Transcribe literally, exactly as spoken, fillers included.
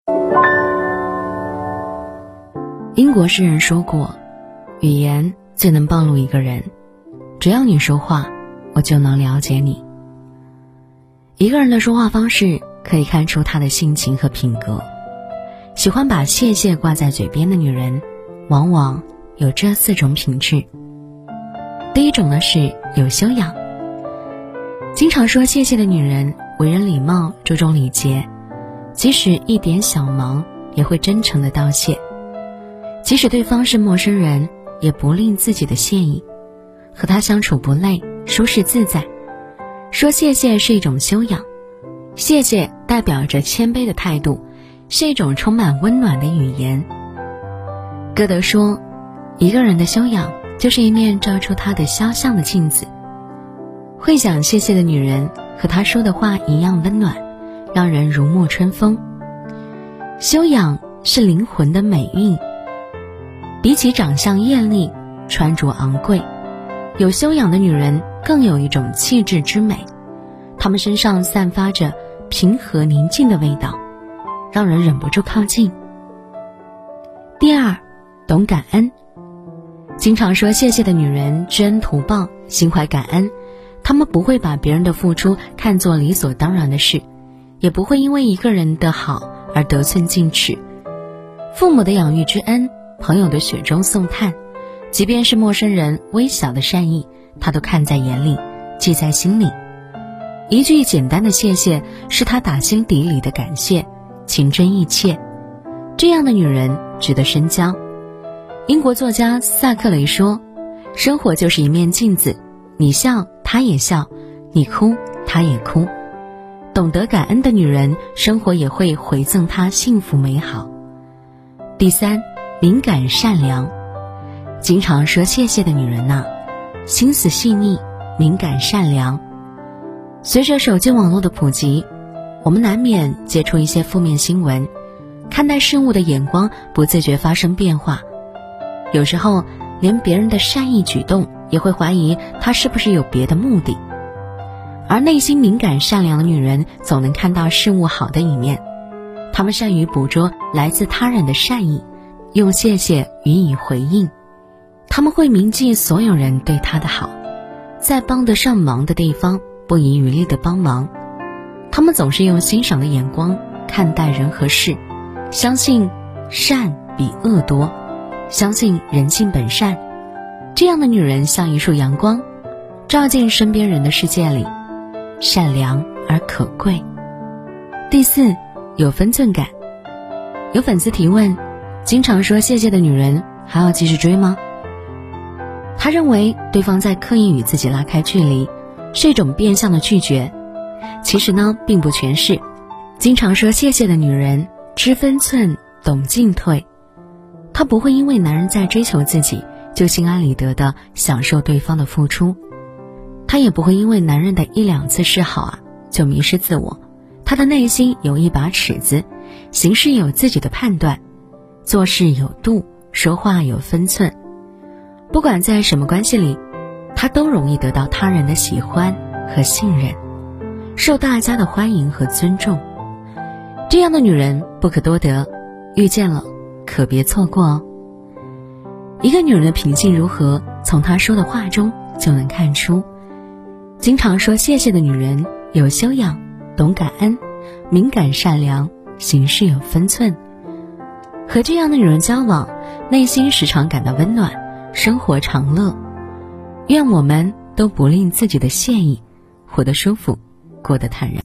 英国诗人说过，语言最能暴露一个人，只要你说话，我就能了解你。一个人的说话方式可以看出他的性情和品格。喜欢把谢谢挂在嘴边的女人，往往有这四种品质。第一种呢是有修养。经常说谢谢的女人，为人礼貌，注重礼节，即使一点小忙也会真诚的道谢，即使对方是陌生人，也不吝自己的谢意，和他相处不累，舒适自在。说谢谢是一种修养，谢谢代表着谦卑的态度，是一种充满温暖的语言。歌德说，一个人的修养就是一面照出他的肖像的镜子。会讲谢谢的女人，和她说的话一样温暖，让人如沐春风。修养是灵魂的美韵，比起长相艳丽，穿着昂贵，有修养的女人更有一种气质之美，她们身上散发着平和宁静的味道，让人忍不住靠近。第二，懂感恩。经常说谢谢的女人知恩图报，心怀感恩，她们不会把别人的付出看作理所当然的事，也不会因为一个人的好而得寸进尺。父母的养育之恩，朋友的雪中送炭，即便是陌生人微小的善意，她都看在眼里，记在心里。一句简单的谢谢，是她打心底里的感谢，情真意切。这样的女人值得深交。英国作家萨克雷说，生活就是一面镜子，你笑她也笑，你哭她也哭。懂得感恩的女人，生活也会回赠她幸福美好。第三，敏感善良。经常说谢谢的女人呐、啊，心思细腻，敏感善良。随着手机网络的普及，我们难免接触一些负面新闻，看待事物的眼光不自觉发生变化。有时候连别人的善意举动也会怀疑他是不是有别的目的。而内心敏感善良的女人总能看到事物好的一面，她们善于捕捉来自他人的善意，用谢谢予以回应。她们会铭记所有人对她的好，在帮得上忙的地方不遗余力的帮忙。她们总是用欣赏的眼光看待人和事，相信善比恶多，相信人性本善。这样的女人像一束阳光，照进身边人的世界里，善良而可贵。第四，有分寸感。有粉丝提问，经常说谢谢的女人还要继续追吗？他认为对方在刻意与自己拉开距离，是一种变相的拒绝。其实呢，并不全是。经常说谢谢的女人知分寸，懂进退。她不会因为男人在追求自己，就心安理得地享受对方的付出。她也不会因为男人的一两次示好啊，就迷失自我。她的内心有一把尺子，行事有自己的判断，做事有度，说话有分寸。不管在什么关系里，她都容易得到他人的喜欢和信任，受大家的欢迎和尊重。这样的女人不可多得，遇见了可别错过哦。一个女人的品性如何，从她说的话中就能看出。经常说谢谢的女人有修养，懂感恩，敏感善良，行事有分寸。和这样的女人交往，内心时常感到温暖，生活常乐。愿我们都不吝自己的谢意，活得舒服，过得坦然。